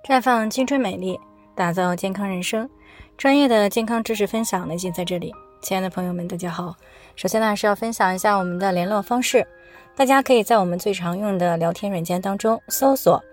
绽放青春美丽，打造健康人生，专业的健康知识分享呢，尽在这里。亲爱的朋友们，大家好。首先呢，还是要分享一下我们的联络方式，大家可以在我们最常用的聊天软件当中搜索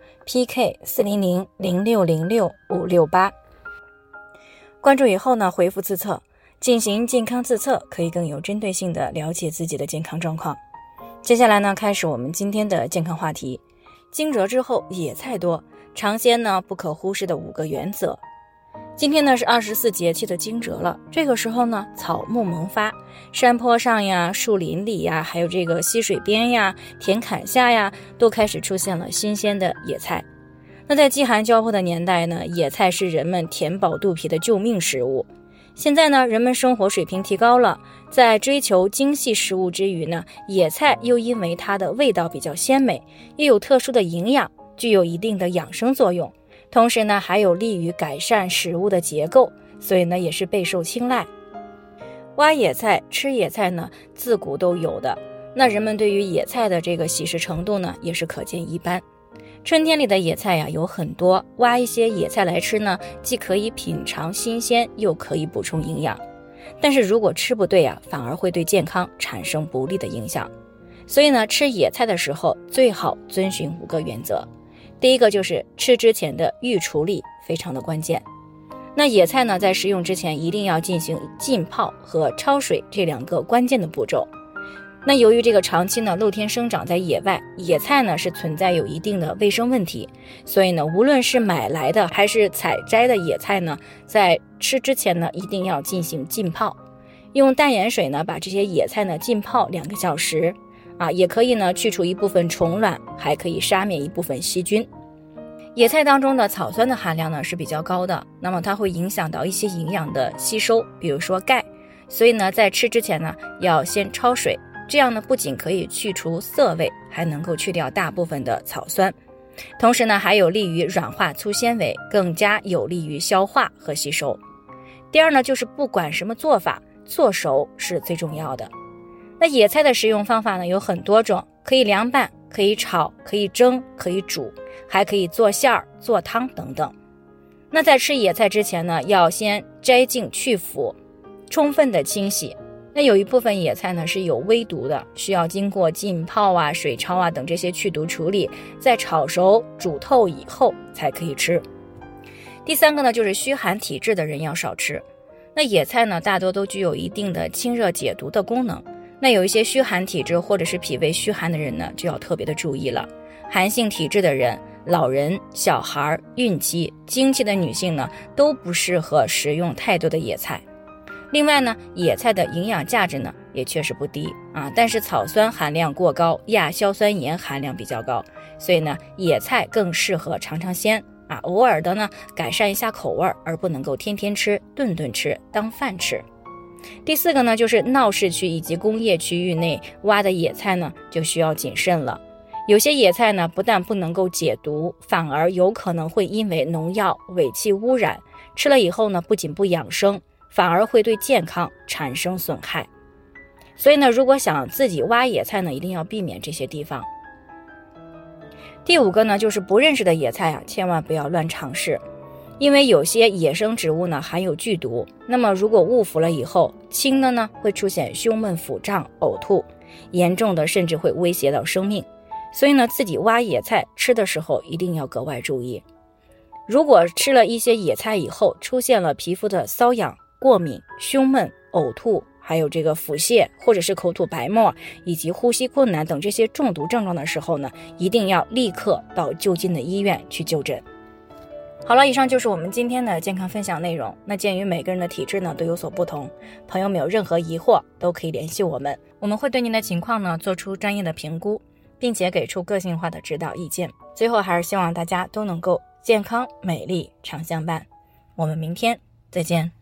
PK4000606-568，关注以后呢，回复自测，进行健康自测，可以更有针对性的了解自己的健康状况。接下来呢，开始我们今天的健康话题。惊蛰之后野菜多，尝鲜呢不可忽视的5个原则。今天呢是24节气的惊蛰了，这个时候呢草木萌发，山坡上呀、树林里呀，还有这个溪水边呀、田坎下呀，都开始出现了新鲜的野菜。那在饥寒交迫的年代呢，野菜是人们填饱肚皮的救命食物。现在呢，人们生活水平提高了，在追求精细食物之余呢，野菜又因为它的味道比较鲜美，又有特殊的营养，具有一定的养生作用，同时呢，还有利于改善食物的结构，所以呢，也是备受青睐。挖野菜、吃野菜呢，自古都有的。那人们对于野菜的这个喜食程度呢，也是可见一斑。春天里的野菜呀有很多，挖一些野菜来吃呢，既可以品尝新鲜，又可以补充营养。但是如果吃不对啊，反而会对健康产生不利的影响。所以呢，吃野菜的时候最好遵循5个原则。第一个就是吃之前的预处理非常的关键。那野菜呢，在食用之前一定要进行浸泡和焯水这2个关键的步骤。那由于这个长期呢露天生长在野外，野菜呢是存在有一定的卫生问题，所以呢无论是买来的还是采摘的野菜呢，在吃之前呢一定要进行浸泡，用淡盐水呢把这些野菜呢浸泡2个小时也可以呢去除一部分虫卵，还可以杀灭一部分细菌。野菜当中的草酸的含量呢是比较高的，那么它会影响到一些营养的吸收，比如说钙，所以呢在吃之前呢要先焯水，这样呢不仅可以去除涩味，还能够去掉大部分的草酸，同时呢还有利于软化粗纤维，更加有利于消化和吸收。第二呢就是不管什么做法，做熟是最重要的。那野菜的食用方法呢有很多种，可以凉拌，可以炒，可以蒸，可以煮，还可以做馅儿、做汤等等。那在吃野菜之前呢，要先摘净去腐，充分的清洗。那有一部分野菜呢是有微毒的，需要经过浸泡水焯等这些去毒处理，在炒熟煮透以后才可以吃。第3个呢就是虚寒体质的人要少吃。那野菜呢大多都具有一定的清热解毒的功能，那有一些虚寒体质或者是脾胃虚寒的人呢就要特别的注意了。寒性体质的人、老人、小孩、孕期、经期的女性呢都不适合食用太多的野菜。另外呢，野菜的营养价值呢也确实不低但是草酸含量过高，亚硝酸盐含量比较高，所以呢野菜更适合尝尝鲜偶尔的呢改善一下口味，而不能够天天吃、顿顿吃、当饭吃。第4个呢就是闹市区以及工业区域内挖的野菜呢就需要谨慎了。有些野菜呢不但不能够解毒，反而有可能会因为农药、尾气污染，吃了以后呢不仅不养生，反而会对健康产生损害。所以呢，如果想自己挖野菜呢，一定要避免这些地方。第5个呢，就是不认识的野菜千万不要乱尝试，因为有些野生植物呢含有剧毒，那么如果误服了以后，轻的呢会出现胸闷、腹胀、呕吐，严重的甚至会威胁到生命。所以呢，自己挖野菜吃的时候一定要格外注意。如果吃了一些野菜以后出现了皮肤的瘙痒、过敏、胸闷、呕吐，还有这个腹泻或者是口吐白沫以及呼吸困难等这些中毒症状的时候呢，一定要立刻到就近的医院去就诊。好了，以上就是我们今天的健康分享内容。那鉴于每个人的体质呢都有所不同，朋友们有任何疑惑都可以联系我们，我们会对您的情况呢做出专业的评估，并且给出个性化的指导意见。最后还是希望大家都能够健康美丽常相伴。我们明天再见。